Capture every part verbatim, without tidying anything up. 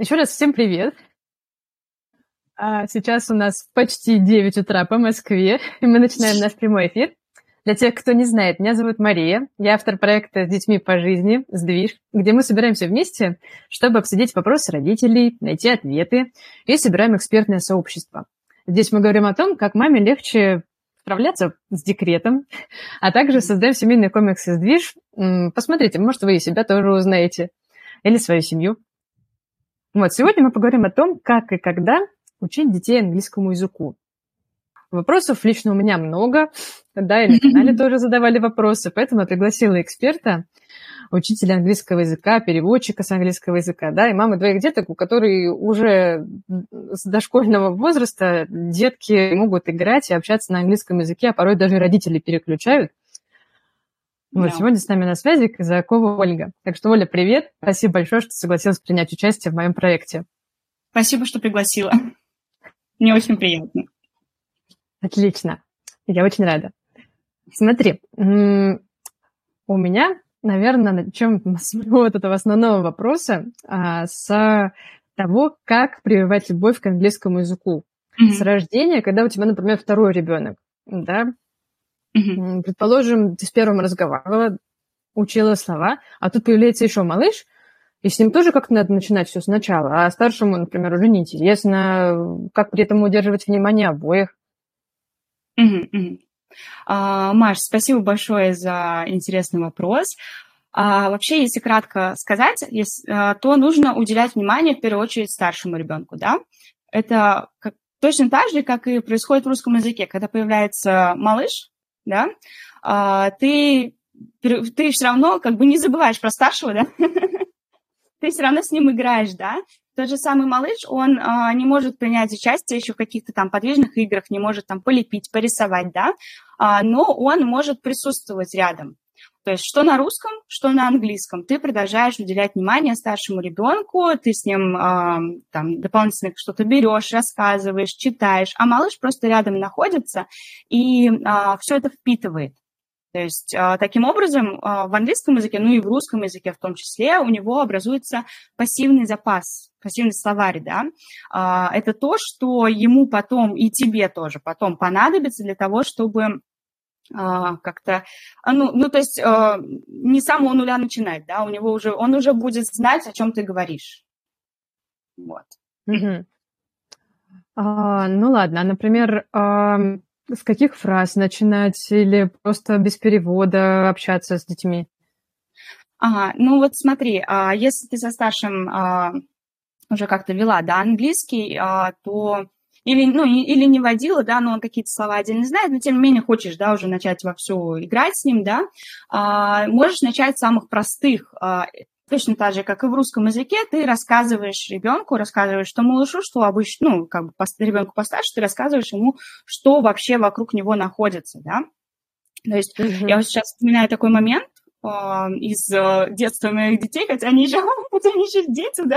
Еще раз всем привет. А, Сейчас у нас почти девять утра по Москве, и мы начинаем наш прямой эфир. Для тех, кто не знает, меня зовут Мария, я автор проекта «С детьми по жизни», «Сдвиж», где мы собираемся вместе, чтобы обсудить вопросы родителей, найти ответы и собираем экспертное сообщество. Здесь мы говорим о том, как маме легче справляться с декретом, а также создаем семейный комикс «Сдвиж». Посмотрите, может, вы и себя тоже узнаете, или свою семью. Вот, сегодня мы поговорим о том, как и когда учить детей английскому языку. Вопросов лично у меня много, да, и на канале тоже задавали вопросы, поэтому я пригласила эксперта, учителя английского языка, переводчика с английского языка, да, и мамы двоих деток, у которых уже с дошкольного возраста детки могут играть и общаться на английском языке, а порой даже родители переключают. Вот, yeah. Сегодня с нами на связи Казакова Ольга. Так что, Оля, привет. Спасибо большое, что согласилась принять участие в моем проекте. Спасибо, что пригласила. Мне очень приятно. Отлично. Я очень рада. Смотри, у меня, наверное, начнем с вот этого основного вопроса, с того, как прививать любовь к английскому языку. Mm-hmm. С рождения, когда у тебя, например, второй ребенок, да? Mm-hmm. Предположим, ты с первым разговаривала, учила слова, а тут появляется еще малыш, и с ним тоже как-то надо начинать все сначала, а старшему, например, уже неинтересно, как при этом удерживать внимание обоих. Mm-hmm. Mm-hmm. А, Маш, спасибо большое за интересный вопрос. А, вообще, если кратко сказать, если, а, то нужно уделять внимание в первую очередь старшему ребенку, да? Это как, точно так же, как и происходит в русском языке, когда появляется малыш, да, а, ты, ты все равно как бы не забываешь про старшего, да, ты все равно с ним играешь, да. Тот же самый малыш, он а, не может принять участие еще в каких-то там подвижных играх, не может там полепить, порисовать, да, а, но он может присутствовать рядом. То есть что на русском, что на английском. Ты продолжаешь уделять внимание старшему ребенку, ты с ним а, там дополнительно что-то берешь, рассказываешь, читаешь, а малыш просто рядом находится и а, все это впитывает. То есть а, таким образом а, в английском языке, ну и в русском языке в том числе, у него образуется пассивный запас, пассивный словарь, да. А, это то, что ему потом и тебе тоже потом понадобится для того, чтобы а, как-то, ну, ну, то есть а, не с самого нуля начинать, да, у него уже, он уже будет знать, о чем ты говоришь. Вот. Mm-hmm. А, ну ладно, а, например, а, с каких фраз начинать или просто без перевода общаться с детьми? Ага, ну вот смотри, а, если ты со старшим а, уже как-то вела, да, английский, а, то или, ну, или не водила, да, но он какие-то слова отдельно знает, но тем не менее хочешь, да, уже начать вовсю играть с ним, да, а, можешь начать с самых простых. А, точно так же, как и в русском языке, ты рассказываешь ребенку, рассказываешь, что малышу, что обычно, ну, как бы ребенку постарше, ты рассказываешь ему, что вообще вокруг него находится, да. То есть mm-hmm. я вот сейчас вспоминаю такой момент э, из э, детства моих детей, хотя они еще, хотя они еще дети, да,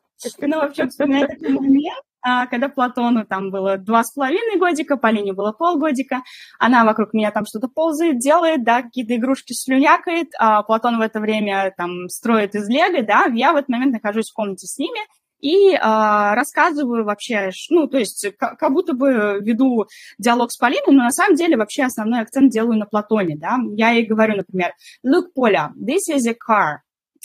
но вообще вспоминаю такой момент, э, когда Платону там было два с половиной годика, Полине было полгодика, она вокруг меня там что-то ползает, делает, да, какие-то игрушки слюнякает, а Платон в это время там строит из лего, да, я в этот момент нахожусь в комнате с ними и а, рассказываю вообще, ну, то есть как, как будто бы веду диалог с Полиной, но на самом деле вообще основной акцент делаю на Платоне, да, я ей говорю, например, look, Поля, this is a car.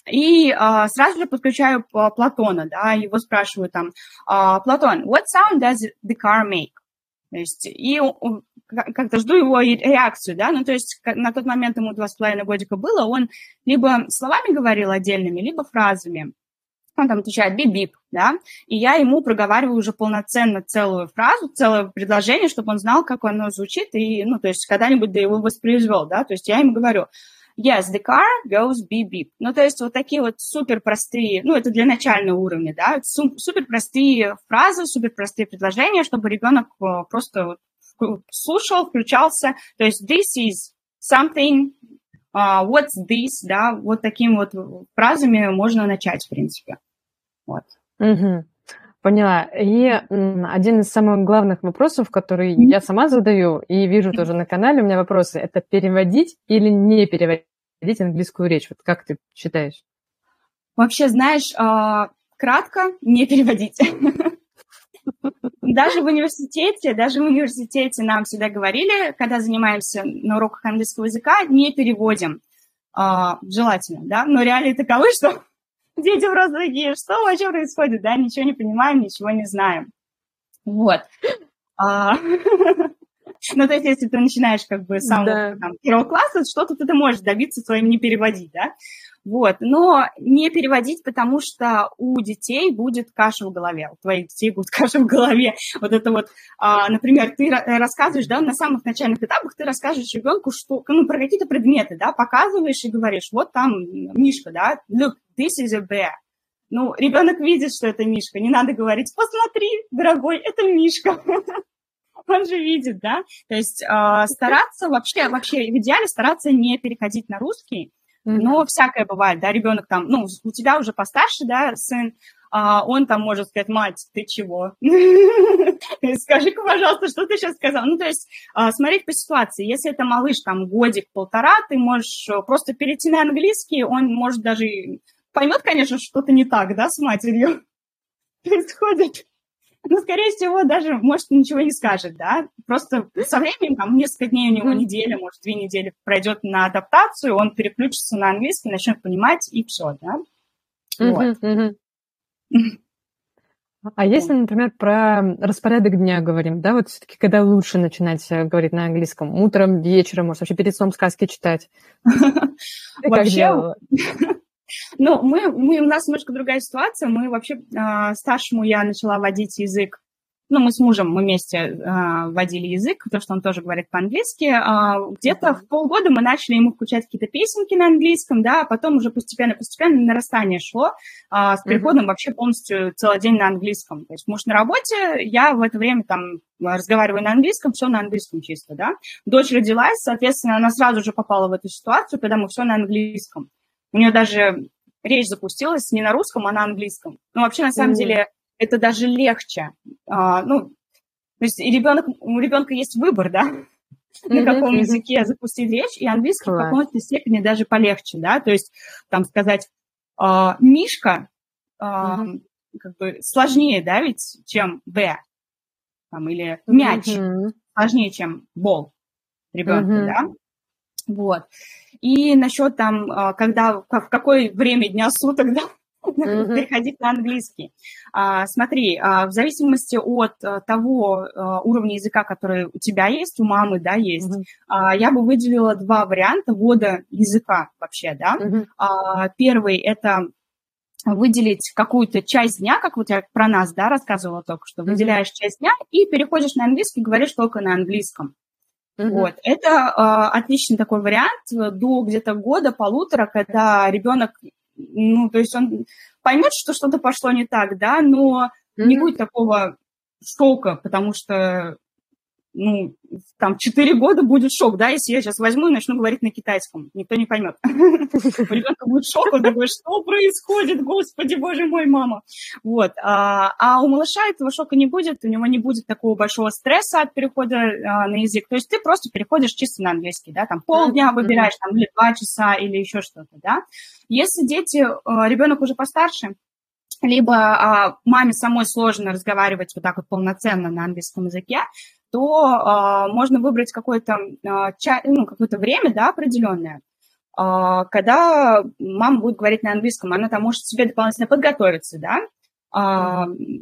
И а, сразу же подключаю Платона, да, его спрашиваю там, а, Платон, what sound does the car make? То есть, и как-то жду его реакцию, да, ну, то есть на тот момент ему два с половиной годика было, он либо словами говорил отдельными, либо фразами. Он там отвечает бип-бип, да, и я ему проговариваю уже полноценно целую фразу, целое предложение, чтобы он знал, как оно звучит, и, ну, то есть когда-нибудь да его воспроизвел, да, то есть я ему говорю, yes, the car goes beep-beep. Ну, то есть вот такие вот супер простые, ну, это для начального уровня, да, супер простые фразы, супер простые предложения, чтобы ребенок просто слушал, включался, то есть this is something, uh, what's this, да, вот такими вот фразами можно начать, в принципе. Вот. Угу. Поняла. И один из самых главных вопросов, который mm-hmm. я сама задаю и вижу mm-hmm. тоже на канале, у меня вопросы, это переводить или не переводить английскую речь? Вот как ты считаешь? Вообще, знаешь, кратко, не переводить. Даже в университете, даже в университете нам всегда говорили, когда занимаемся на уроках английского языка, не переводим. А, желательно, да, но реалии таковы, что дети просто такие, что вообще происходит, да, ничего не понимаем, ничего не знаем. Вот. А, ну, то есть, если ты начинаешь как бы с самого там, первого класса, что-то ты можешь добиться своим не переводить, да, вот, но не переводить, потому что у детей будет каша в голове, у твоих детей будет каша в голове. Вот это вот, а, например, ты рассказываешь, да, на самых начальных этапах ты расскажешь ребенку, что, ну, про какие-то предметы, да, показываешь и говоришь, вот там мишка, да, look, this is a bear. Ну, ребенок видит, что это мишка, не надо говорить, посмотри, дорогой, это мишка. Он же видит, да, то есть э, стараться вообще, вообще в идеале стараться не переходить на русский, но всякое бывает, да, ребенок там, ну, у тебя уже постарше, да, сын, а он там может сказать, мать, ты чего? Скажи-ка, пожалуйста, что ты сейчас сказал? Ну, то есть смотреть по ситуации. Если это малыш, там, годик-полтора, ты можешь просто перейти на английский, он может даже поймет, конечно, что-то не так, да, с матерью происходит. Но, скорее всего, даже, может, ничего не скажет, да. Просто со временем, там, несколько дней у него неделя, может, две недели пройдет на адаптацию, он переключится на английский, начнет понимать, и все, да. Вот. А если, например, про распорядок дня говорим, да, вот все-таки когда лучше начинать говорить на английском? Утром, вечером, может, вообще перед сном сказки читать? Вообще... Ну, мы, мы, у нас немножко другая ситуация. Мы вообще э, старшему я начала водить язык. Ну, мы с мужем, мы вместе э, водили язык, потому что он тоже говорит по-английски. Э, где-то в полгода мы начали ему включать какие-то песенки на английском, да, а потом уже постепенно-постепенно нарастание шло, э, с переходом mm-hmm. вообще полностью целый день на английском. То есть муж на работе, я в это время там разговариваю на английском, все на английском чисто, да. Дочь родилась, соответственно, она сразу же попала в эту ситуацию, когда мы все на английском. У нее даже речь запустилась не на русском, а на английском. Ну, вообще, на самом mm. деле, это даже легче. А, ну, то есть и ребенок, у ребенка есть выбор, да, mm-hmm. на каком mm-hmm. языке запустить речь, и английский right. в какой-то степени даже полегче, да, то есть там сказать а, «мишка» а, mm-hmm. как бы сложнее, да, ведь, чем «б», там, или «мяч» mm-hmm. сложнее, чем «бол» ребенка, mm-hmm. да. Вот. И насчет там, когда, в какое время дня суток, да, mm-hmm. переходить на английский. А, смотри, а, в зависимости от того а, уровня языка, который у тебя есть, у мамы, да, есть, mm-hmm. а, я бы выделила два варианта ввода языка вообще, да. Mm-hmm. А, первый – это выделить какую-то часть дня, как вот я про нас, да, рассказывала только что, mm-hmm. выделяешь часть дня и переходишь на английский, говоришь только на английском. Uh-huh. Вот. Это э, отличный такой вариант до где-то года, полутора, когда ребенок, ну, то есть он поймет, что что-то пошло не так, да, но uh-huh. не будет такого шока, потому что, ну, там, четыре года будет шок, да, если я сейчас возьму и начну говорить на китайском, никто не поймет. У ребенка будет шок, он такой, что происходит, господи, боже мой, мама. Вот. А у малыша этого шока не будет, у него не будет такого большого стресса от перехода на язык. То есть ты просто переходишь чисто на английский, да, там полдня выбираешь, там, или два часа, или еще что-то, да. Если дети, ребенок уже постарше, либо а, маме самой сложно разговаривать вот так вот полноценно на английском языке, то а, можно выбрать какое-то, а, ча- ну, какое-то время, да, определенное, а, когда мама будет говорить на английском, она там может себе дополнительно подготовиться, да. А,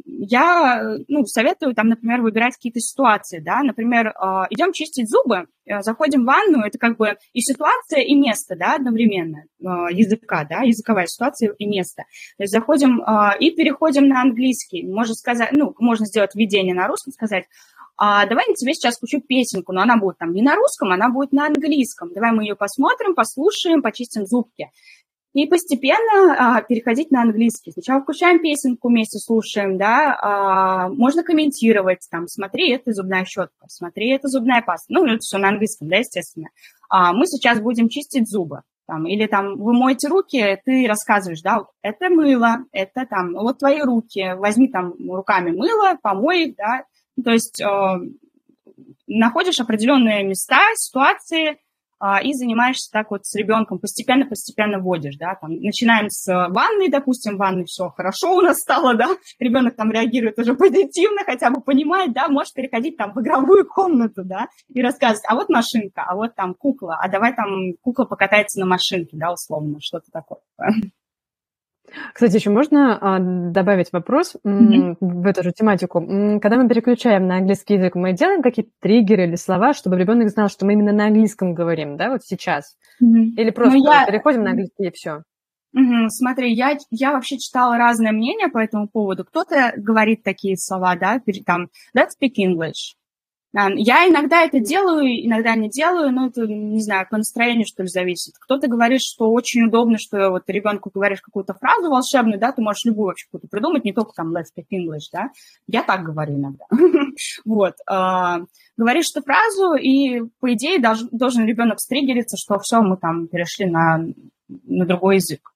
я, ну, советую там, например, выбирать какие-то ситуации, да, например, а, идем чистить зубы, заходим в ванну, это как бы и ситуация, и место, да, одновременно, а, языка, да, языковая ситуация и место. То есть заходим а, и переходим на английский. Можно сказать, ну, можно сделать введение на русском, сказать, а, давай я тебе сейчас включу песенку, но она будет там не на русском, она будет на английском. Давай мы ее посмотрим, послушаем, почистим зубки. И постепенно а, переходить на английский. Сначала включаем песенку, вместе слушаем, да, а, можно комментировать, там, смотри, это зубная щетка, смотри, это зубная паста. Ну, это все на английском, да, естественно. А, мы сейчас будем чистить зубы. Там, или там вы моете руки, ты рассказываешь, да, это мыло, это там, вот твои руки, возьми там руками мыло, помой их, да. То есть э, находишь определенные места, ситуации, а, и занимаешься так вот с ребенком, постепенно-постепенно вводишь, да, там, начинаем с ванны, допустим, в ванной все хорошо у нас стало, да, ребенок там реагирует уже позитивно, хотя бы понимает, да, может переходить там в игровую комнату, да, и рассказывать, а вот машинка, а вот там кукла, а давай там кукла покатается на машинке, да, условно, что-то такое. Кстати, еще можно а, добавить вопрос Mm-hmm. в эту же тематику. Когда мы переключаем на английский язык, мы делаем какие-то триггеры или слова, чтобы ребенок знал, что мы именно на английском говорим, да, вот сейчас? Mm-hmm. Или просто я... переходим на английский и все? Mm-hmm. Смотри, я, я вообще читала разное мнение по этому поводу. Кто-то говорит такие слова, да, там, let's speak English. Я иногда это делаю, иногда не делаю, но это, не знаю, по настроению, что ли, зависит. Кто-то говорит, что очень удобно, что вот ребенку говоришь какую-то фразу волшебную, да, ты можешь любую вообще какую-то придумать, не только там let's speak English, да. Я так говорю иногда. Вот. Говоришь эту фразу, и, по идее, должен ребенок стриггериться, что все, мы там перешли на другой язык.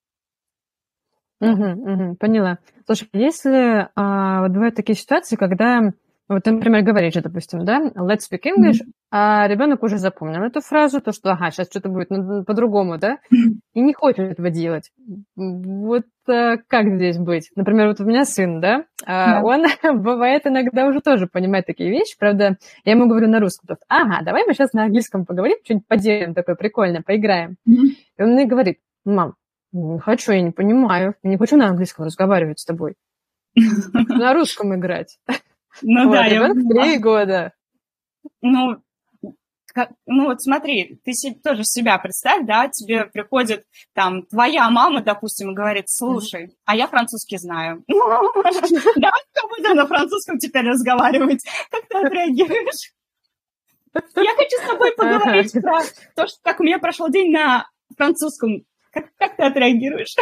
Поняла. Слушай, если вот бывают такие ситуации, когда... Вот ты, например, говоришь, допустим, да, let's speak English, mm-hmm. а ребенок уже запомнил эту фразу, то, что, ага, сейчас что-то будет по-другому, да, mm-hmm. и не хочет этого делать. Вот а, как здесь быть? Например, вот у меня сын, да, а, yeah. он, бывает, иногда уже тоже понимает такие вещи, правда, я ему говорю на русском, то, ага, давай мы сейчас на английском поговорим, что-нибудь поделаем такое прикольное, поиграем. Mm-hmm. И он мне говорит, мам, не хочу, я не понимаю, я не хочу на английском разговаривать с тобой, на русском играть. Ну вот, да, ребенок я... три года. Ну, как, ну вот смотри, ты себе, тоже себя представь, да, тебе приходит там твоя мама, допустим, и говорит, слушай, mm-hmm. а я французский знаю. Давай-ка будем на французском теперь разговаривать. Как ты отреагируешь? Я хочу с тобой поговорить про то, что как у меня прошел день на французском. Как, как ты отреагируешь?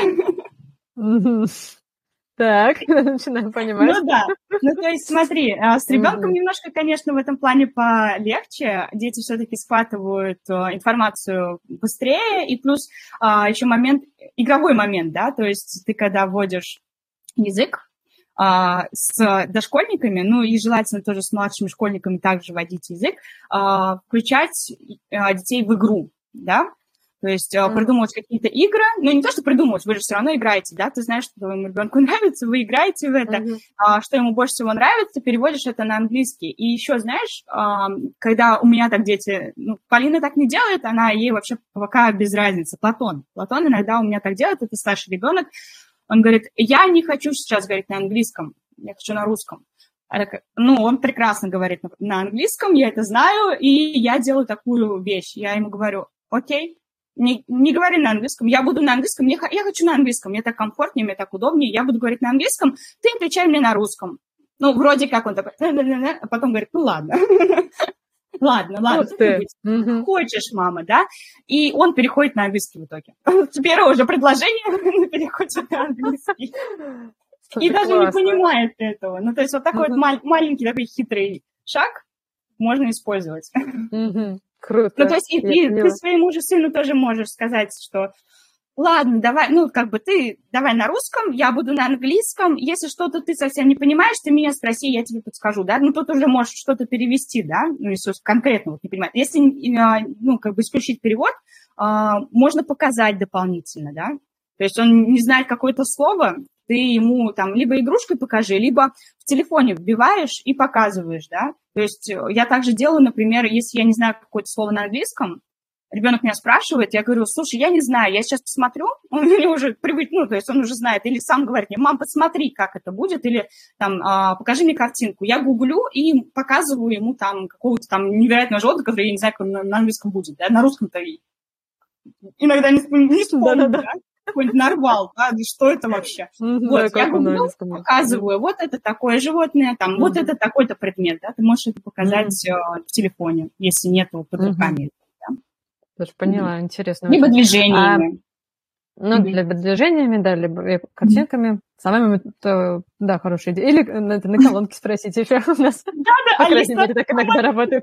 Так, начинаю понимать. Ну да, ну то есть смотри, с ребенком mm-hmm. немножко, конечно, в этом плане полегче. Дети все-таки схватывают информацию быстрее, и плюс еще момент, игровой момент, да, то есть ты когда вводишь язык с дошкольниками, ну и желательно тоже с младшими школьниками также вводить язык, включать детей в игру, да. То есть mm-hmm. придумывать какие-то игры, ну не то, что придумывать, вы же все равно играете, да, ты знаешь, что твоему ребенку нравится, вы играете в это, mm-hmm. а, что ему больше всего нравится, переводишь это на английский. И еще, знаешь, а, когда у меня так дети, ну, Полина так не делает, она ей вообще пока без разницы. Платон, Платон иногда у меня так делает, это старший ребенок, он говорит, я не хочу сейчас говорить на английском, я хочу на русском. Ну, он прекрасно говорит на английском, я это знаю, и я делаю такую вещь, я ему говорю, окей, Не, не говори на английском, я буду на английском, я, я хочу на английском, мне так комфортнее, мне так удобнее, я буду говорить на английском, ты отвечай мне на русском. Ну, вроде как он такой, а потом говорит, ну ладно, ладно, ладно, хочешь, мама, да? И он переходит на английский в итоге. Первое уже предложение переходит на английский. И даже не понимает этого. Ну, то есть вот такой маленький такой хитрый шаг можно использовать. Круто. Ну, то есть и, и ты своему же сыну тоже можешь сказать, что ладно, давай, ну, как бы ты давай на русском, я буду на английском, если что-то ты совсем не понимаешь, ты меня спроси, я тебе подскажу, да, ну, тут уже можешь что-то перевести, да, ну, если конкретно вот не понимаешь. Если, ну, как бы исключить перевод, можно показать дополнительно, да, то есть он не знает какое-то слово, ты ему там либо игрушкой покажи, либо в телефоне вбиваешь и показываешь, да. То есть я также делаю, например, если я не знаю какое-то слово на английском, ребенок меня спрашивает, я говорю, слушай, я не знаю, я сейчас посмотрю, он мне уже привык, ну, то есть он уже знает, или сам говорит мне, мам, посмотри, как это будет, или там, покажи мне картинку. Я гуглю и показываю ему там какого-то там невероятного животного, который я не знаю, как он на английском будет, да, на русском-то иногда не, не вспомню, да. Какой-нибудь нарвал, да, что это вообще? Mm-hmm, вот, я гуглю, показываю, вот это такое животное, там, mm-hmm. вот это такой-то предмет, да, ты можешь это показать mm-hmm. в телефоне, если нету под руками. Mm-hmm. Да? Тоже поняла, mm-hmm. интересно. Либо очень. Движениями. А, ну, mm-hmm. либо движениями, да, либо картинками, mm-hmm. словами, то, да, хорошая идея. Или на, на колонке спросить еще у нас, по крайней мере, так иногда работает.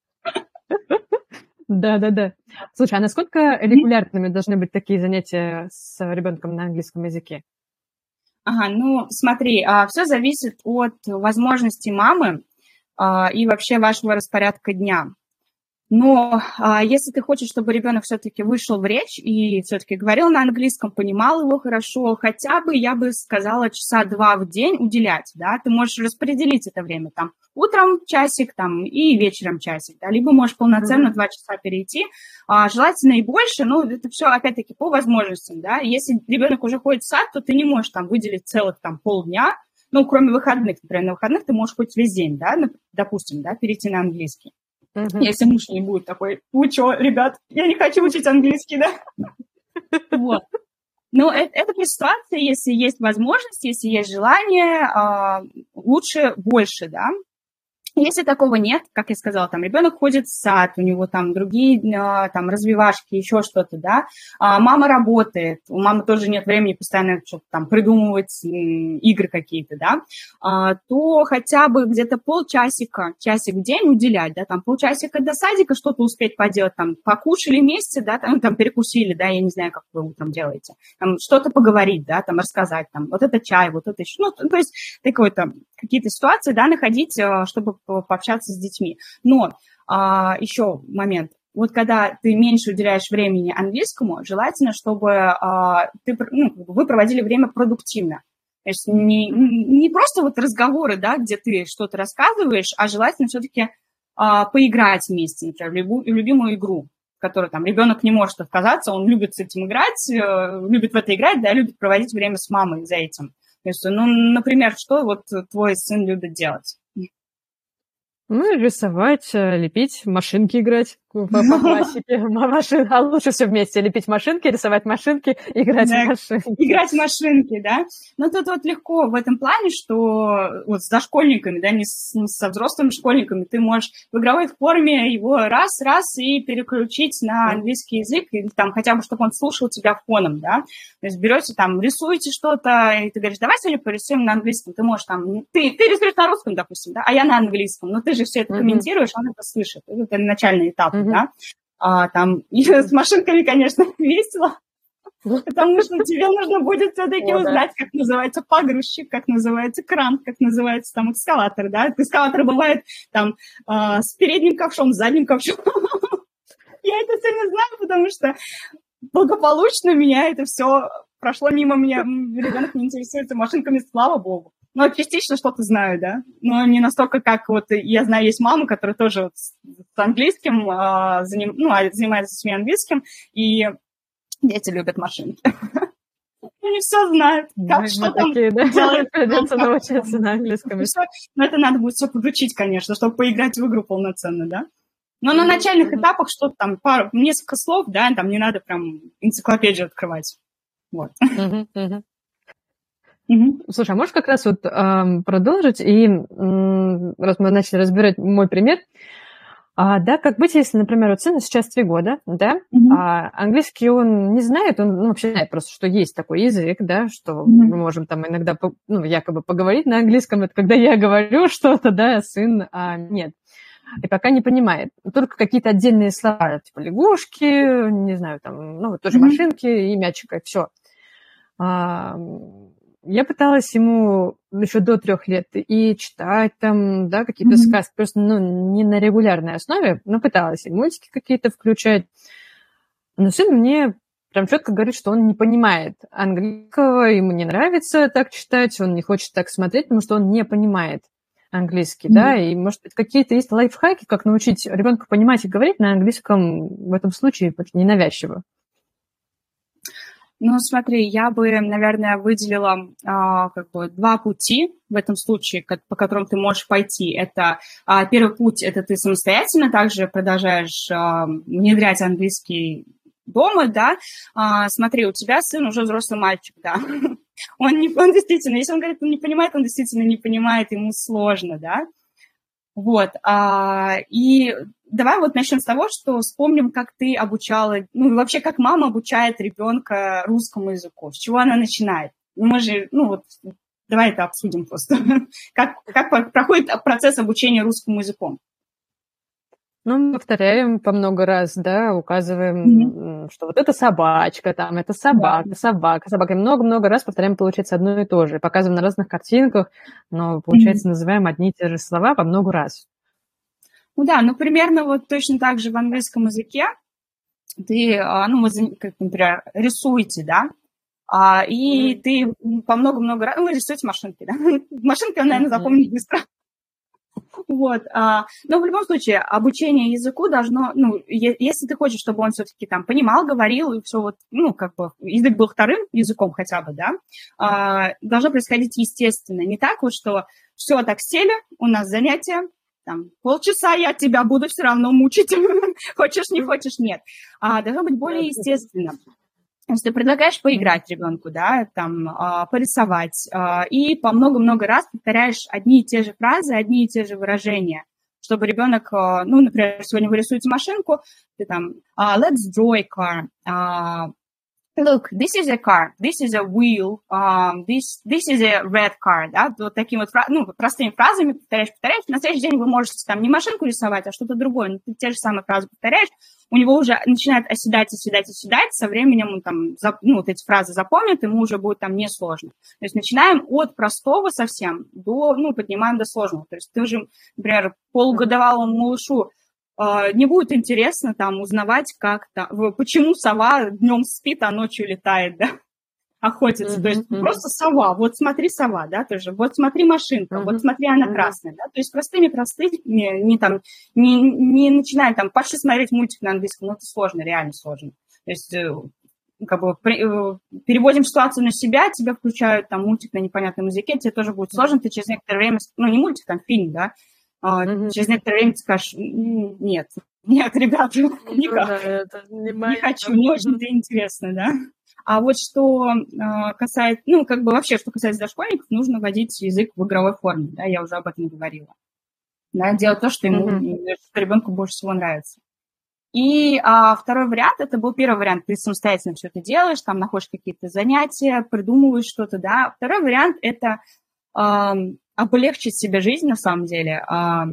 Да-да-да. Слушай, а насколько регулярными mm-hmm. должны быть такие занятия с ребенком на английском языке? Ага, ну, смотри, все зависит от возможностей мамы и вообще вашего распорядка дня. Но а, если ты хочешь, чтобы ребенок все-таки вышел в речь и все-таки говорил на английском, понимал его хорошо, хотя бы, я бы сказала, часа два в день уделять, да, ты можешь распределить это время, там, утром часик, там, и вечером часик, да, либо можешь полноценно два часа перейти, а, желательно и больше, но это все, опять-таки, по возможностям, да, если ребенок уже ходит в сад, то ты не можешь там выделить целых, там, полдня, ну, кроме выходных, например, на выходных ты можешь хоть весь день, да, допустим, да, перейти на английский. Uh-huh. Если муж не будет такой, вы что, ребят, я не хочу учить английский, да? Вот. Но это, это при ситуации, если есть возможность, если есть желание, лучше больше, да? Если такого нет, как я сказала, там ребенок ходит в сад, у него там другие там развивашки, еще что-то, да, а мама работает, у мамы тоже нет времени постоянно что-то там придумывать, игры какие-то, да, а, то хотя бы где-то полчасика, часик в день уделять, да, там полчасика до садика что-то успеть поделать, там покушали вместе, да, там, там перекусили, да, я не знаю, как вы утром делаете, там что-то поговорить, да, там рассказать, там вот это чай, вот это еще, ну, то есть такой там какие-то ситуации, да, находить, чтобы пообщаться с детьми. Но а, еще момент. Вот когда ты меньше уделяешь времени английскому, желательно, чтобы а, ты, ну, вы проводили время продуктивно. То есть не, не просто вот разговоры, да, где ты что-то рассказываешь, а желательно все-таки а, поиграть вместе, например, в любую, в любимую игру, в которой там ребенок не может отказаться, он любит с этим играть, любит в это играть, да, любит проводить время с мамой за этим. То есть, ну, например, что вот твой сын любит делать? Ну, рисовать, лепить, машинки играть по, по классике. Машин... А лучше все вместе. Лепить машинки, рисовать машинки, играть да, в машинки. Играть в машинки, да. Но тут вот легко в этом плане, что вот с дошкольниками, да, не с, не со взрослыми школьниками, ты можешь в игровой форме его раз-раз и переключить на английский язык, и, там, хотя бы, чтобы он слушал тебя фоном, да. То есть берете там, рисуете что-то, и ты говоришь, давай сегодня порисуем на английском. Ты можешь там, ты, ты рисуешь на русском, допустим, да, а я на английском, но ты же все это комментируешь, mm-hmm. он это слышит. Это начальный этап, mm-hmm. да. А, там и с машинками, конечно, весело, потому что тебе нужно будет все-таки узнать, как называется погрузчик, как называется кран, как называется там экскаватор, да. Экскаватор бывает там с передним ковшом, с задним ковшом. Я это все не знаю, потому что благополучно меня это все прошло мимо меня. Ребенок не интересуется машинками, слава богу. Ну, частично что-то знаю, да, но не настолько, как вот я знаю, есть мамы, которые тоже вот с английским, а, заним, ну, занимаются с английским, и дети любят машинки. Они все знают, как что там делать. Придется научиться на английском. Но это надо будет все подучить, конечно, чтобы поиграть в игру полноценно, да. Но на начальных этапах что-то там, пару, несколько слов, да, там не надо прям энциклопедию открывать. Вот. Mm-hmm. Слушай, а можешь как раз вот эм, продолжить, и эм, раз мы начали разбирать мой пример, а, да, как быть, если, например, вот сыну сейчас три года, да, mm-hmm. а английский он не знает, он ну, вообще знает просто, что есть такой язык, да, что mm-hmm. мы можем там иногда, ну, якобы поговорить на английском, это когда я говорю что-то, да, а сын а, нет. И пока не понимает. Только какие-то отдельные слова, типа лягушки, не знаю, там, ну, вот тоже mm-hmm. машинки и мячика, и все. А, я пыталась ему еще до трех лет и читать там, да, какие-то mm-hmm. сказки, просто, ну, не на регулярной основе, но пыталась и мультики какие-то включать. Но сын мне прям четко говорит, что он не понимает английского, ему не нравится так читать, он не хочет так смотреть, потому что он не понимает английский, mm-hmm. да, и, может быть, какие-то есть лайфхаки, как научить ребенка понимать и говорить на английском в этом случае ненавязчиво. Ну, смотри, я бы, наверное, выделила а, как бы два пути в этом случае, как, по которым ты можешь пойти. Это а, первый путь, это ты самостоятельно также продолжаешь а, внедрять английский дома, да. А, смотри, у тебя сын уже взрослый мальчик, да. Он, не, он действительно, если он говорит, он не понимает, он действительно не понимает, ему сложно, да. Вот, а, и давай вот начнем с того, что вспомним, как ты обучала, ну, вообще, как мама обучает ребенка русскому языку, с чего она начинает. Мы же, ну, вот, давай это обсудим просто. Как, как проходит процесс обучения русскому языку? Ну, мы повторяем по много раз, да, указываем, mm-hmm. что вот это собачка, там, это собака, yeah. собака, собака. И много-много раз повторяем, получается, одно и то же. Показываем на разных картинках, но, получается, mm-hmm. называем одни и те же слова по много раз. Ну да, ну примерно вот точно так же в английском языке ты, ну, вы, как, например, рисуете, да, а, и mm-hmm. ты по много-много раз... Ну, вы рисуете машинки, да? Машинки, он, наверное, запомнит mm-hmm. быстро. Вот. А, но в любом случае обучение языку должно... Ну, е- если ты хочешь, чтобы он все-таки там понимал, говорил, и все вот... Ну, как бы язык был вторым языком хотя бы, да, а, должно происходить естественно. Не так вот, что все, так сели, у нас занятия, там, полчаса я тебя буду все равно мучить. Хочешь, не хочешь, нет. А, должно быть более естественно. То есть ты предлагаешь поиграть ребенку, да, там, а, порисовать, а, и по много-много раз повторяешь одни и те же фразы, одни и те же выражения, чтобы ребенок, а, ну, например, сегодня вы рисуете машинку, ты там, а, let's draw a car, а, look, this is a car, this is a wheel, um, this, this is a red car, да, вот такими вот, ну, простыми фразами повторяешь, повторяешь, на следующий день вы можете там не машинку рисовать, а что-то другое, но ты те же самые фразы повторяешь, у него уже начинает оседать, оседать, оседать, со временем он там, ну, вот эти фразы запомнит, ему уже будет там несложно. То есть начинаем от простого совсем до, ну, поднимаем до сложного. То есть ты уже, например, полугодовалому малышу не будет интересно там узнавать, как там, почему сова днем спит, а ночью летает, да, охотится. Mm-hmm, То есть mm-hmm. просто сова, вот смотри сова, да, тоже, вот смотри машинка, mm-hmm. вот смотри она mm-hmm. красная, да, то есть простыми простыми, не, не там, не, не начинаем там, пошли смотреть мультик на английском, ну это сложно, реально сложно. То есть как бы переводим ситуацию на себя, тебя включают там мультик на непонятном языке, тебе тоже будет сложно, ты через некоторое время, ну не мультик, там фильм, да, mm-hmm. через некоторое время ты скажешь, нет, нет, ребята, mm-hmm. никак, не, не хочу, не очень-то интересно, да. А вот что э, касается, ну, как бы вообще, что касается дошкольников, нужно вводить язык в игровой форме, да, я уже об этом говорила. Да, делать то, что ему, mm-hmm. что ребенку больше всего нравится. И а, второй вариант, это был первый вариант, ты самостоятельно все это делаешь, там находишь какие-то занятия, придумываешь что-то, да. Второй вариант, это э, облегчить себе жизнь, на самом деле. Э,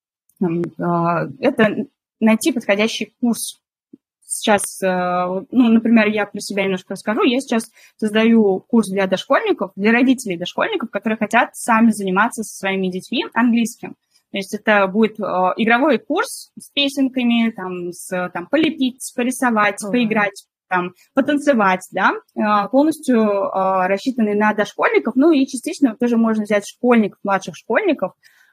э, это найти подходящий курс. Сейчас, ну, например, я про себя немножко расскажу. Я сейчас создаю курс для дошкольников, для родителей дошкольников, которые хотят сами заниматься со своими детьми английским. То есть это будет игровой курс с песенками, там, с, там, полепить, порисовать, mm-hmm. поиграть, там, потанцевать, да, полностью рассчитанный на дошкольников. Ну и частично тоже можно взять школьников, младших школьников,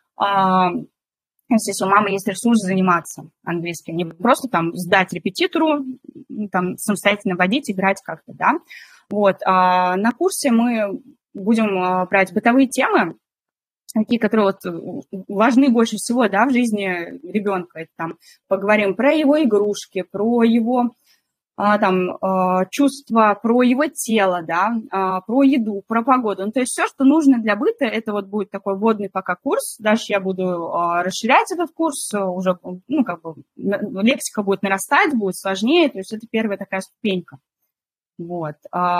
если у мамы есть ресурс заниматься английским, не просто там сдать репетитору, там самостоятельно водить, играть как-то, да. Вот. А на курсе мы будем брать бытовые темы, такие, которые вот важны больше всего, да, в жизни ребенка. Это, там, поговорим про его игрушки, про его там, чувства, про его тело, да, про еду, про погоду. Ну, то есть все, что нужно для быта, это вот будет такой вводный пока курс. Дальше я буду расширять этот курс, уже, ну, как бы, лексика будет нарастать, будет сложнее, то есть это первая такая ступенька. Вот.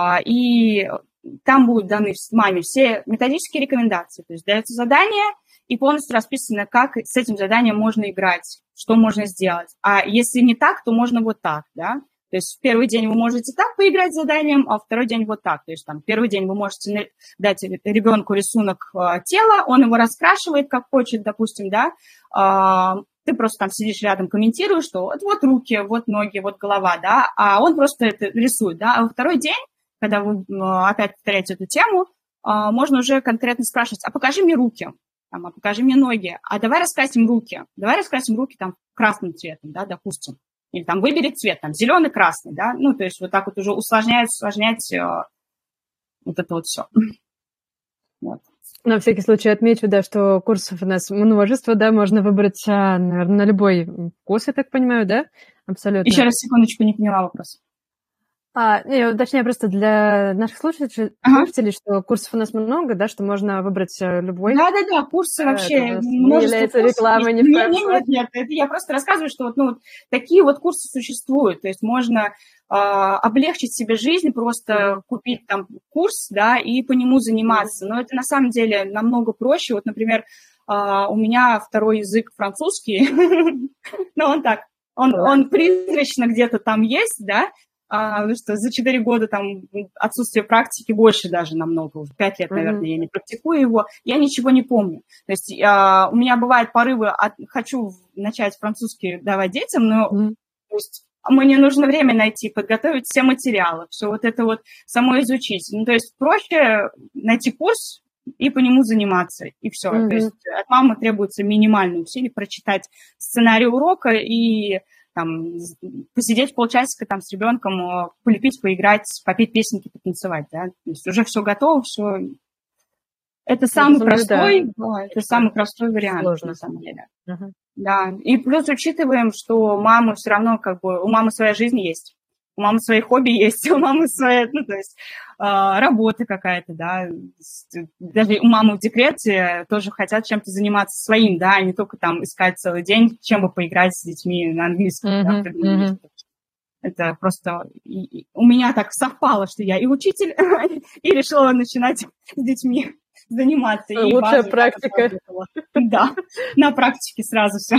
И там будут даны маме все методические рекомендации, то есть дается задание, и полностью расписано, как с этим заданием можно играть, что можно сделать. А если не так, то можно вот так, да. То есть в первый день вы можете так поиграть с заданием, а второй день вот так. То есть там первый день вы можете дать ребенку рисунок э, тела, он его раскрашивает, как хочет, допустим, да. Э, ты просто там сидишь рядом, комментируешь, что вот, вот руки, вот ноги, вот голова, да, а он просто это рисует, да. А во второй день, когда вы э, опять повторяете эту тему, э, можно уже конкретно спрашивать, а покажи мне руки, там, а покажи мне ноги, а давай раскрасим руки, давай раскрасим руки там красным цветом, да, допустим. Или там выбери цвет, там, зеленый, красный, да, ну, то есть вот так вот уже усложнять, усложнять э, вот это вот все. Вот. На всякий случай отмечу, да, что курсов у нас множество, да, можно выбрать, наверное, на любой вкус, я так понимаю, да, абсолютно. Еще раз, секундочку, не поняла вопрос. А, не, уточняю просто для наших слушателей, ага. что курсов у нас много, да, что можно выбрать любой. Да-да-да, курсы вообще... Не является рекламой ни в коем случае. Нет, нет, нет, я просто рассказываю, что вот, ну, вот такие вот курсы существуют, то есть можно э, облегчить себе жизнь, просто mm-hmm. купить там курс, да, и по нему заниматься, mm-hmm. но это на самом деле намного проще. Вот, например, э, у меня второй язык французский, но он так, он призрачно где-то там есть, да, а, потому что за четыре года там отсутствие практики больше даже намного, уже пять лет, наверное, mm-hmm. я не практикую его, я ничего не помню. То есть а, у меня бывают порывы, от, хочу начать французский давать детям, но mm-hmm. то есть, мне нужно время найти, подготовить все материалы, все вот это вот само изучить. Ну, то есть проще найти курс и по нему заниматься, и все. Mm-hmm. То есть от мамы требуется минимальные усилия прочитать сценарий урока и там, посидеть полчасика там с ребенком, полепить, поиграть, попеть песенки, потанцевать, да. То есть уже все готово, все. Это самый это простой, да. это самый простой вариант, сложно. На самом деле. Uh-huh. Да, и плюс учитываем, что мамы все равно, как бы, у мамы своя жизнь есть, у мамы свои хобби есть, у мамы своя, ну, то есть э, работа какая-то, да, даже у мамы в декрете тоже хотят чем-то заниматься своим, да, а не только там искать целый день, чем бы поиграть с детьми на английском, uh-huh, да, uh-huh. Это просто и, и, у меня так совпало, что я и учитель, и решила начинать с детьми заниматься. Лучшая практика. Да, на практике сразу все.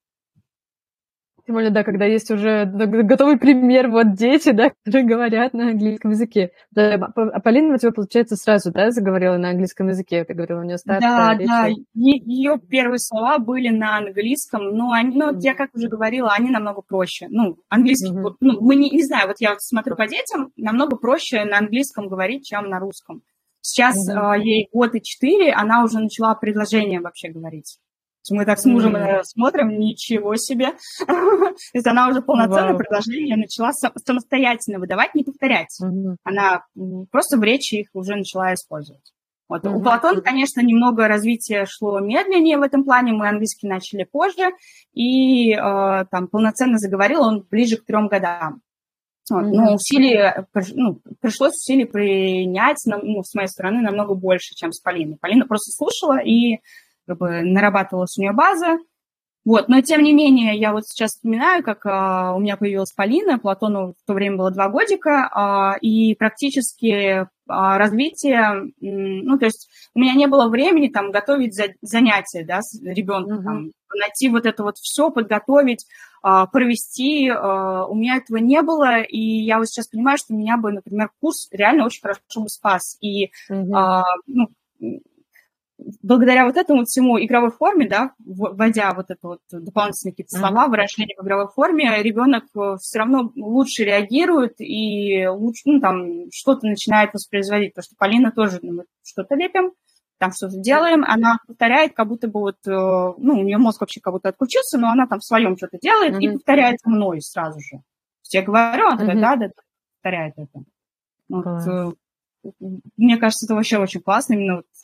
Тем более, да, когда есть уже готовый пример, вот дети, да, которые говорят на английском языке. Да, а Полина у тебя, получается, сразу, да, заговорила на английском языке? Ты говорила, у нее старт. Да, речь. Да, ее первые слова были на английском, но они, ну, mm-hmm. я как уже говорила, они намного проще. Ну, английский, mm-hmm. ну, мы не, не знаю, вот я вот смотрю по детям, намного проще на английском говорить, чем на русском. Сейчас mm-hmm. э, ей год и четыре, она уже начала предложения вообще говорить. Мы так с мужем mm-hmm. смотрим, ничего себе. То есть она уже полноценное wow. предложение начала самостоятельно выдавать, не повторять. Mm-hmm. Она просто в речи их уже начала использовать. Вот. Mm-hmm. У Платона, конечно, немного развитие шло медленнее в этом плане. Мы английский начали позже. И э, там полноценно заговорил он ближе к трем годам. Вот. Mm-hmm. Но усилий, ну, пришлось усилий принять, ну, с моей стороны, намного больше, чем с Полиной. Полина просто слушала и как бы нарабатывалась у нее база. Вот. Но, тем не менее, я вот сейчас вспоминаю, как а, у меня появилась Полина, Платону в то время было два годика, а, и практически а, развитие, ну, то есть у меня не было времени там готовить за, занятия, да, с ребенком, mm-hmm. там, найти вот это вот все, подготовить, а, провести, а, у меня этого не было, и я вот сейчас понимаю, что меня бы, например, курс реально очень хорошо бы спас, и, mm-hmm. а, ну, благодаря вот этому всему игровой форме, да, вводя вот это вот дополнительные какие-то слова, выражения в игровой форме, ребенок все равно лучше реагирует и лучше, ну, там, что-то начинает воспроизводить, потому что Полина тоже, ну, мы что-то лепим, там что-то делаем, она повторяет, как будто бы вот, ну, у нее мозг вообще как будто отключился, но она там в своем что-то делает mm-hmm. и повторяет за мной сразу же. То есть я говорю, она такая, mm-hmm. да, да, повторяет это. Вот, мне кажется, это вообще очень классно, именно вот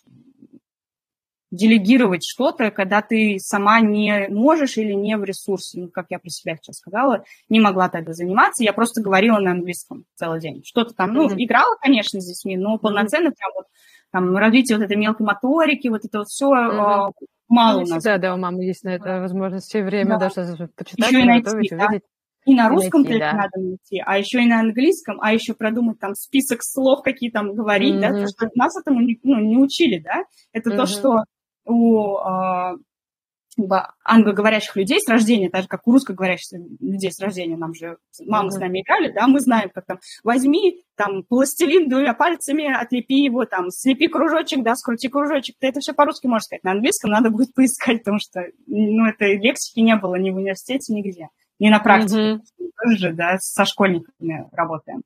делегировать что-то, когда ты сама не можешь или не в ресурсе. Ну, как я про себя сейчас сказала, не могла тогда заниматься, я просто говорила на английском целый день. Что-то там, ну, mm-hmm. играла, конечно, с детьми, но полноценно прям вот там развитие вот этой мелкой моторики, вот это вот все mm-hmm. э, мало ну, у нас. Да, да, у мамы есть на это возможность все время да. даже почитать, еще и найти, готовить, да. увидеть. И на русском найти, только да. надо найти, а еще и на английском, а еще продумать там список слов, какие там говорить, mm-hmm. да, потому что нас этому не, ну, не учили, да. Это mm-hmm. то, что у э, англоговорящих людей с рождения, так же, как у русскоговорящих людей с рождения, нам же мамы mm-hmm. с нами играли, да, мы знаем, как там, возьми там пластилин двумя пальцами, отлепи его, там, слепи кружочек, да, скрути кружочек, ты это все по-русски можешь сказать, на английском надо будет поискать, потому что, ну, этой лексики не было ни в университете, нигде, ни на практике, mm-hmm. тоже, да, со школьниками работаем.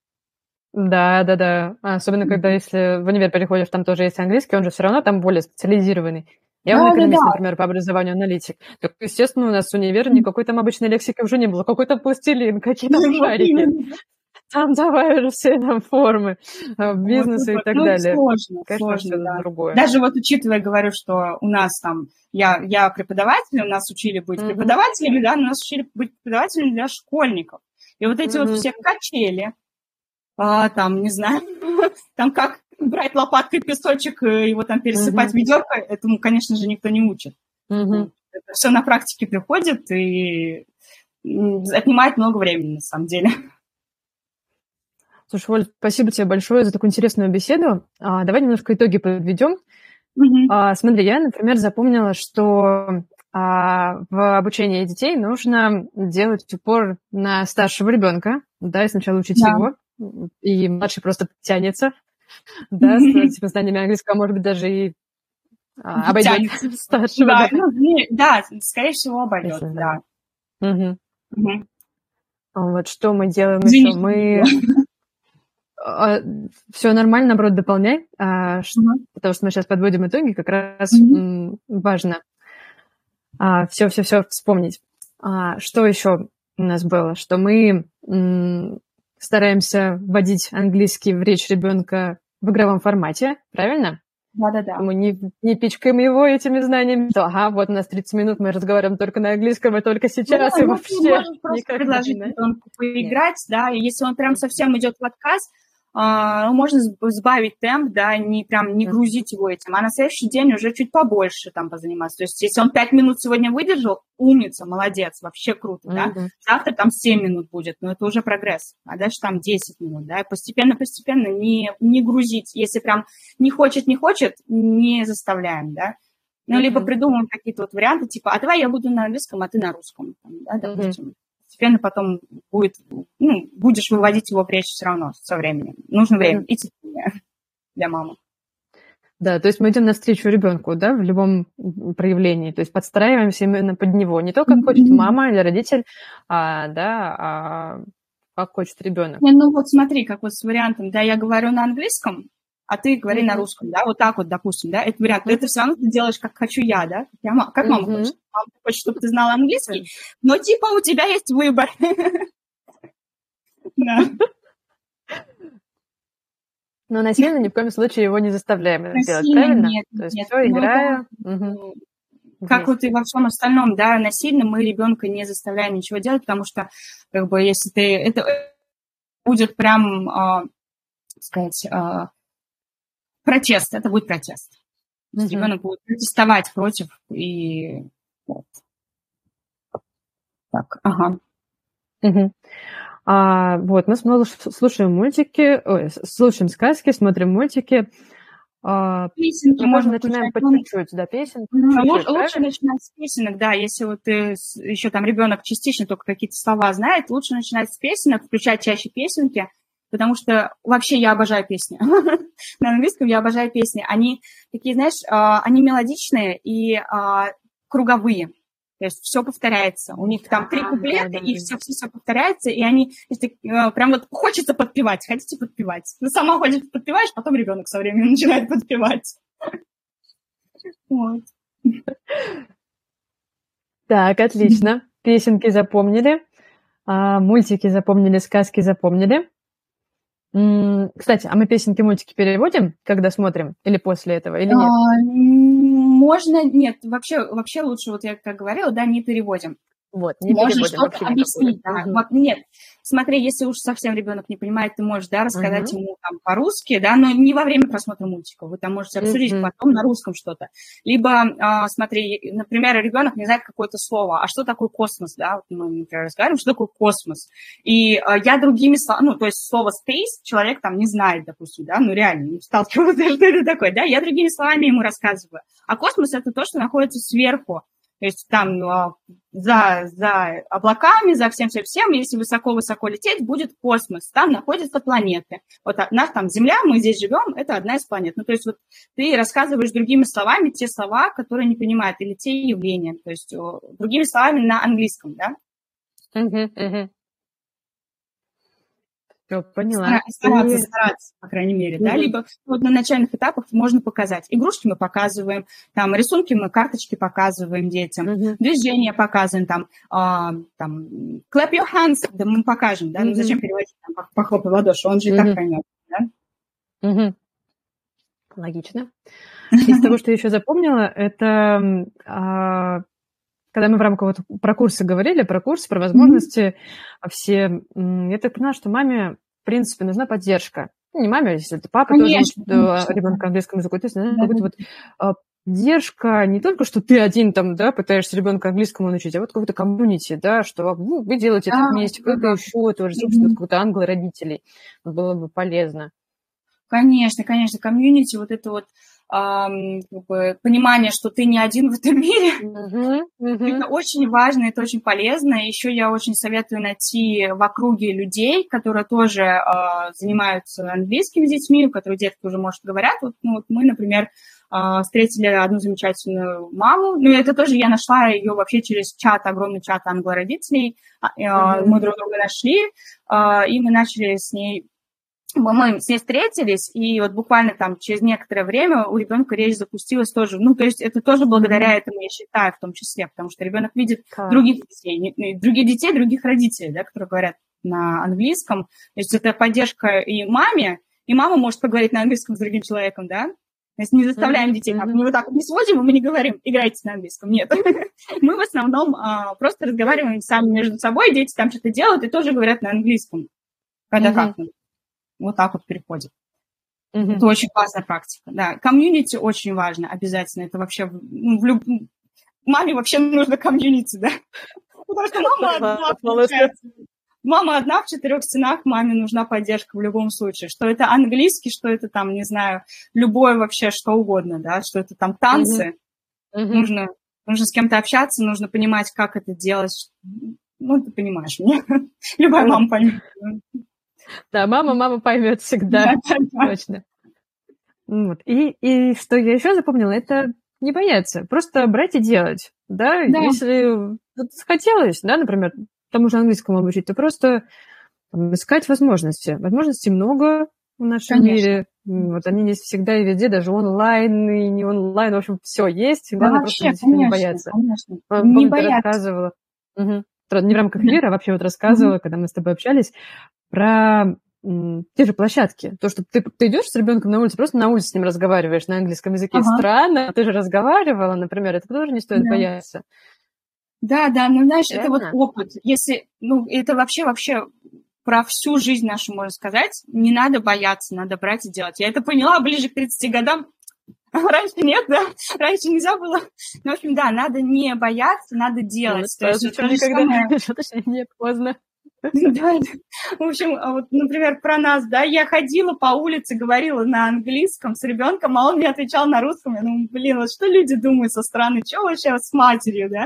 Да, да, да. Особенно, когда если в универ переходишь, там тоже есть английский, он же все равно там более специализированный. Я да, экономист, да, да. например, по образованию аналитик. Так, естественно, у нас в универе никакой там обычной лексики уже не было. Какой-то пластилин, какие-то шарики. Там давай уже все там формы, бизнесы вот, и так ну, далее. Сложно, Конечно, сложно, да. другое. Даже вот учитывая, говорю, что у нас там, я, я преподаватель, у нас учили быть mm-hmm. преподавателями, да, но нас учили быть преподавателями для школьников. И вот эти mm-hmm. вот все качели, А, там, не знаю, там как брать лопаткой песочек и его там пересыпать uh-huh. в ведерко, этому, конечно же, никто не учит. Uh-huh. Это все на практике приходит и отнимает много времени, на самом деле. Слушай, Оль, спасибо тебе большое за такую интересную беседу. А, давай немножко итоги подведем. Uh-huh. А, смотри, я, например, запомнила, что а, в обучении детей нужно делать упор на старшего ребенка, да, и сначала учить Да. его, и младший просто тянется, да, с этими знаниями английского, может быть, даже и а, обойдет Тянется. старшего, Да, да. ну, не- да, скорее всего, обойдет, Если да. знает. Мгм. Мгм. Вот что мы делаем Извини, еще? что Мы перебила. все нормально, наоборот, дополняй, а, ш- Мгм. потому что мы сейчас подводим итоги, как раз Мгм. м, важно все-все-все вспомнить. А, что еще у нас было? Что мы м, стараемся вводить английский в речь ребенка в игровом формате, правильно? Да-да-да. Мы не, не пичкаем его этими знаниями, что ага, вот у нас тридцать минут, мы разговариваем только на английском, и только сейчас, Ну, и ну, ты вообще можешь просто никак не предложить начинать. ребенку Нет. поиграть, да, и если он прям совсем идет в отказ, а, ну, можно сб- сбавить темп, да, не прям не Мгм. грузить его этим, а на следующий день уже чуть побольше там позаниматься. То есть если он пять минут сегодня выдержал, умница, молодец, вообще круто, да. Мгм. Завтра там семь минут будет, но это уже прогресс, а дальше там десять минут, да, и постепенно-постепенно не, не грузить. Если прям не хочет, не хочет, не заставляем, да. Ну, либо Мгм. придумываем какие-то вот варианты, типа, а давай я буду на английском, а ты на русском, там, да, Мгм. допустим. Постепенно потом будет, ну, будешь выводить его в речь все равно со временем. Нужно время Мгм. и терпение для мамы. Да, то есть мы идем навстречу ребенку, да, в любом м, проявлении, то есть подстраиваемся именно под него, не то, как хочет Мгм. мама или родитель, а, да, а как хочет ребенок. Не, ну вот смотри, как вот с вариантом, да, я говорю на английском, а ты говори на Мгм. русском, да, вот так вот, допустим, да, это вариант. Мгм. Это все равно ты делаешь, как хочу я, да, как, я, ма- как мама Мгм. хочет. Мама хочет, чтобы ты знала английский, но типа у тебя есть выбор. Да. Но насильно ни в коем случае его не заставляем это делать, Насильно правильно? нет, То есть нет. все Ну, это играя вот, мгм, э, как вот и вместе. во всем остальном, да, насильно мы ребенка не заставляем ничего делать, потому что, как бы, если ты, это будет прям, а, так сказать, а, протест, это будет протест. То есть Мгм. ребенок будет протестовать против и вот так, ага. Мгм. А, вот, мы снова ш- слушаем мультики, ой, с- слушаем сказки, смотрим мультики. А, Песенки прохожим, можно начинаем включать. по Ну, чуть-чуть, да, песен, по мгм, лучше, чуть-чуть, лучше правильно? начинать с песенок, да, если вот ты еще там ребенок частично только какие-то слова знает, лучше начинать с песенок, включать чаще песенки, потому что вообще я обожаю песни. На английском я обожаю песни. Они такие, знаешь, а, они мелодичные и а, круговые. То есть все повторяется. У них там три Да, куплета, да, и да. все, все, все повторяется, и они если, э, прям вот хочется подпевать. Хотите подпевать? Ну, сама ходишь, подпеваешь, потом ребенок со временем начинает подпевать. Вот. Так, отлично. Песенки запомнили, а, мультики запомнили, сказки запомнили. М, Кстати, а мы песенки, мультики переводим, когда смотрим, или после этого, или нет? А, можно, нет, вообще, вообще лучше, вот я как говорила, да, не переводим. Вот, не Можно переводим что-то вообще никакую. объяснить, да. Мгм. Вот нет, смотри, если уж совсем ребенок не понимает, ты можешь, да, рассказать Мгм. ему там по-русски, да, но не во время просмотра мультика. Вы там можете обсудить Мгм. потом на русском что-то. Либо, а, смотри, например, ребенок не знает какое-то слово, а что такое космос, да, вот мы, например, разговариваем, что такое космос. И а, я другими словами, ну, то есть слово space человек там не знает, допустим, да, ну, реально, не сталкивался, что это такое, да, я другими словами ему рассказываю. А космос – это то, что находится сверху. То есть там а, за, за облаками, за всем-всем-всем, если высоко-высоко лететь, будет космос. Там находятся планеты. Вот одна там Земля, мы здесь живем, это одна из планет. Ну, то есть вот ты рассказываешь другими словами те слова, которые не понимают, или те явления. То есть о, другими словами на английском, да? Мгм. Мгм. Всё, Стара- поняла. Стараться, И стараться, по крайней мере, да, Мгм. либо вот на начальных этапах можно показать. Игрушки мы показываем, там рисунки мы, карточки показываем детям, Мгм. движения показываем, там, а, там clap your hands, да мы покажем, да, ну Мгм. зачем переводить, там, пох- похлопай в ладоши, он же и так Мгм. поймет, да. Мгм. Логично. Из того, что я еще запомнила, это м, а, когда мы в рамках вот про курсы говорили, про курсы, про Мгм. возможности а, все, м, я так поняла, что маме, в принципе, нужна поддержка. Ну, не маме, а если это папа тоже учит Конечно, конечно, да. ребенка английскому языку, то есть, знаешь, Да, да, какой-то вот а, поддержка не только, что ты один там, да, пытаешься ребенка английскому научить, а вот какой-то комьюнити, да, что ну, вы делаете это да, вместе, да, кто-то да. еще тоже, собственно, вот Мгм. какой-то англ родителей. Вот было бы полезно. Конечно, конечно, комьюнити, вот это вот эм, как бы, понимание, что ты не один в этом мире. Uh-huh, uh-huh. Это очень важно, это очень полезно. Еще я очень советую найти в округе людей, которые тоже э, занимаются английским с детьми, у которых детки уже, может, говорят. Вот, ну, вот мы, например, э, встретили одну замечательную маму. Ну, это тоже я нашла ее вообще через чат, огромный чат англородителей. Э, uh-huh. Мы друг друга нашли, э, и мы начали с ней... Мы с ней встретились, и вот буквально там через некоторое время у ребенка речь запустилась тоже. Ну, то есть это тоже благодаря этому, я считаю, в том числе, потому что ребенок видит Так. других детей, других детей, других родителей, да, которые говорят на английском. То есть это поддержка и маме, и мама может поговорить на английском с другим человеком, да. То есть не заставляем mm-hmm. детей, там, мы вот так вот не сводим, и мы не говорим, играйте на английском. Нет. Мы в основном а, просто разговариваем сами между собой, дети там что-то делают и тоже говорят на английском. Когда mm-hmm. как-то. Вот так вот переходит. Mm-hmm. Это очень классная практика. Да, комьюнити очень важно, обязательно. Это вообще... Ну, в люб... Маме вообще нужно комьюнити, да? Потому что мама одна, получается. Мама одна в четырех стенах, маме нужна поддержка в любом случае. Что это английский, что это там, не знаю, любое вообще что угодно, да? Что это там танцы. Mm-hmm. Нужно, нужно с кем-то общаться, нужно понимать, как это делать. Ну, ты понимаешь меня. Любая мама поймет. Да, мама, мама поймет всегда, точно. Вот. И, и что я еще запомнила, это не бояться, просто брать и делать, да, да. Если вот захотелось, да, например, тому же английскому обучить, то просто там, искать возможности. Возможностей много в нашем Конечно. Мире, вот они есть всегда и везде, даже онлайн и не онлайн, в общем, все есть, главное вообще, просто конечно, не бояться. Конечно. Помню, не ты бояться. рассказывала, угу. не в рамках эфира, а вообще вот рассказывала, когда мы с тобой общались, про м, те же площадки. То, что ты, ты идешь с ребенком на улице, просто на улице с ним разговариваешь на английском языке. Ага. Странно, ты же разговаривала, например, это тоже не стоит да. бояться. Да, да, ну, знаешь, Верно? Это вот опыт. Если, ну, это вообще, вообще про всю жизнь нашу, можно сказать. Не надо бояться, надо брать и делать. Я это поняла ближе к тридцати годам. Раньше нет, да? Раньше нельзя было. Ну, в общем, да, надо не бояться, надо делать. Ну, то есть, то никогда, точнее, не поздно. Да, в общем, вот, например, про нас, да, я ходила по улице, говорила на английском с ребенком, а он мне отвечал на русском. Я думаю, блин, вот что люди думают со стороны, что вообще с матерью, да?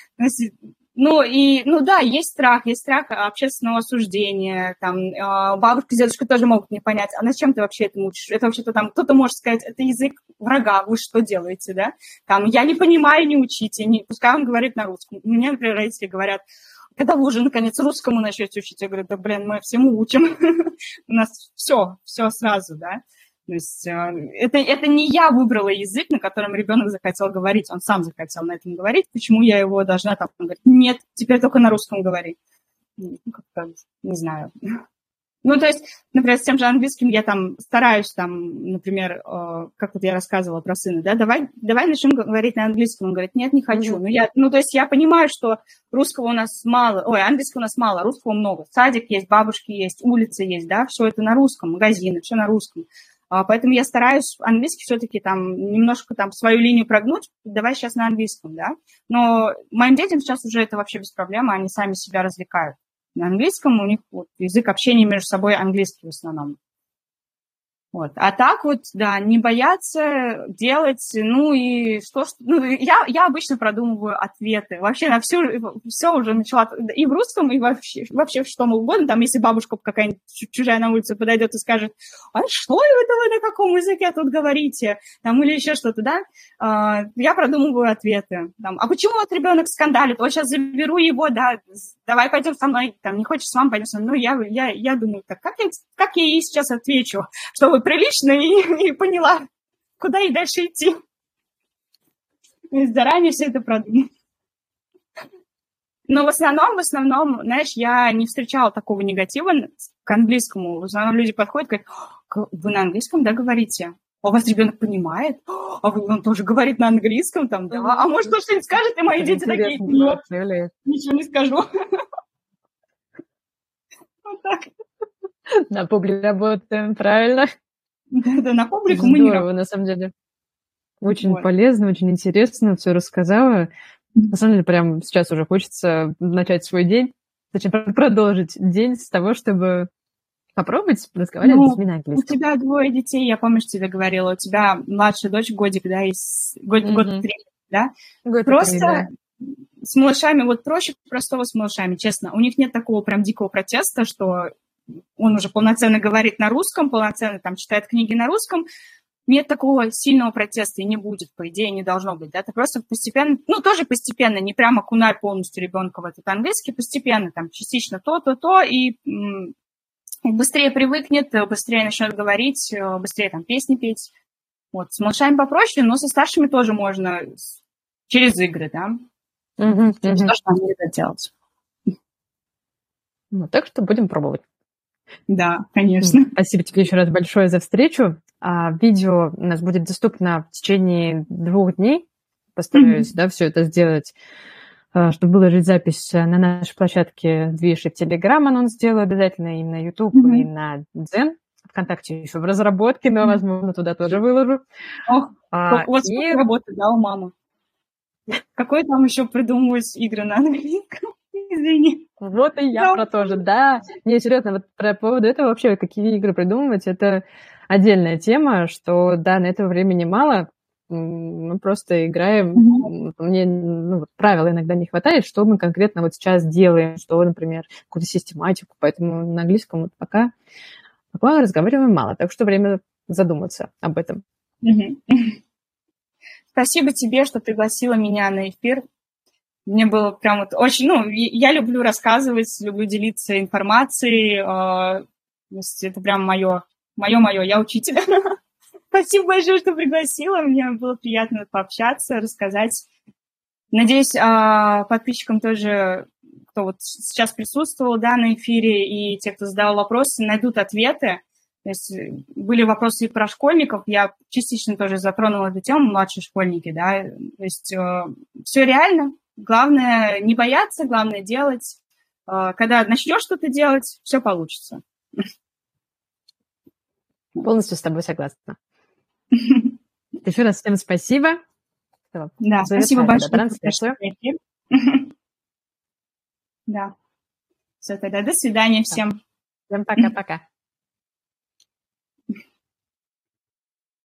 Ну, и, ну да, есть страх, есть страх общественного осуждения, там, бабушка, дедушка тоже могут не понять, а зачем ты вообще этому учишь? Это вообще-то там, кто-то может сказать, это язык врага, вы что делаете, да? Там, я не понимаю, не учите, не, пускай он говорит на русском. Мне, например, родители говорят, когда вы уже, наконец, русскому начнете учить? Я говорю, да, блин, мы всему учим. У нас все, все сразу, да. То есть это, это не я выбрала язык, на котором ребенок захотел говорить, он сам захотел на этом говорить. Почему я его должна там говорить? Нет, теперь только на русском говори. Ну, как-то, не знаю. Ну, то есть, например, с тем же английским я там стараюсь, там, например, э, как вот я рассказывала про сына, да, давай, давай начнем говорить на английском. Он говорит, нет, не хочу. Mm-hmm. Ну, я, ну, то есть я понимаю, что русского у нас мало, ой, английского у нас мало, русского много. Садик есть, бабушки есть, улица есть, да, все это на русском, магазины, все на русском. А, поэтому я стараюсь английский все-таки там немножко там свою линию прогнуть, давай сейчас на английском, да. Но моим детям сейчас уже это вообще без проблем, они сами себя развлекают. На английском у них вот, язык общения между собой английский в основном. Вот. А так вот, да, не бояться делать, ну и что, ну, я, я обычно продумываю ответы. Вообще на всю, все уже начала, и в русском, и вообще, вообще в что угодно. Там, если бабушка какая-нибудь чужая на улице подойдет и скажет, а что это вы на каком языке тут говорите? Там, или еще что-то, да? А, я продумываю ответы. Там, а почему вот ребенок скандалит? Вот сейчас заберу его, да, давай пойдем со мной, там, не хочешь с вами, пойдем со мной. Ну, я, я, я думаю, так, как я, как я ей сейчас отвечу, чтобы прилично и, и поняла, куда ей дальше идти. Заранее все это продумала. Но в основном, в основном, знаешь, я не встречала такого негатива к английскому. В основном люди подходят и говорят, вы на английском, да, говорите? А у вас ребенок понимает? А он тоже говорит на английском, там, да? А может, он что-нибудь скажет, и мои дети такие, нет, ничего не скажу. Вот так. На публике работаем, правильно? Да, да, на публику мы не работаем. На самом деле. Очень вот. Полезно, очень интересно, все рассказала. На самом деле, прям сейчас уже хочется начать свой день, точнее, продолжить день с того, чтобы попробовать разговаривать Ну, с детьми на у английском. тебя двое детей, я помню, что тебе говорила, у тебя младшая дочь годик, да, и с- год, год Мгм. три, да? Год и три, Просто да. с малышами, вот проще простого с малышами, честно. У них нет такого прям дикого протеста, что он уже полноценно говорит на русском, полноценно там читает книги на русском. Нет такого сильного протеста и не будет, по идее, не должно быть. Да? Это просто постепенно, ну, тоже постепенно, не прямо окунай полностью ребенка в этот английский, постепенно, там, частично то, то, то, и м, быстрее привыкнет, быстрее начнет говорить, э, быстрее там песни петь. Вот, с малышами попроще, но со старшими тоже можно с- через игры, да, Мгм, через мгм. то, что они любят делать. Ну, так что будем пробовать. Да, М, конечно. Спасибо тебе еще раз большое за встречу. А, видео у нас будет доступно в течение двух дней. Постараюсь, Мгм. да, все это сделать, а, чтобы выложить запись э, на нашей площадке Движ и в Телеграм анонс сделаю обязательно, и на YouTube, и Мгм. на Дзен. ВКонтакте еще в разработке, но, Мгм. возможно, туда тоже выложу. Ох, А, сколько- вот и сколько работы, да, у мамы. Какой там еще придумывать игры на английском? Извини. вот и я Да. про то же, да. Не, серьезно, вот про поводу этого вообще, какие игры придумывать, это отдельная тема, что, да, на это времени мало, м, мы просто играем, Мгм. м, мне, ну, вот правил иногда не хватает, что мы конкретно вот сейчас делаем, что, например, какую-то систематику, поэтому на английском вот пока, пока разговариваем мало, так что время задуматься об этом. Мгм. Спасибо тебе, что пригласила меня на эфир. Мне было прям вот очень, ну, и- я люблю рассказывать, люблю делиться информацией. э, то есть это прям мое, мое, мое. Я учитель. Спасибо большое, что пригласила. Мне было приятно пообщаться, рассказать. Надеюсь, а, подписчикам тоже, кто вот сейчас присутствовал, да, на эфире, и те, кто задавал вопросы, найдут ответы. То есть э, были вопросы и про школьников, я частично тоже затронула эту тему, младшие школьники, да, то есть э, все реально, главное не бояться, главное делать. Э, когда начнешь что-то делать, все получится. Полностью с тобой согласна. Еще раз всем спасибо. Всё, Да, спасибо завершаю тогда большое, что пришли трансляцию. на эфир. Да, все, тогда до свидания Да. всем. Всем пока-пока.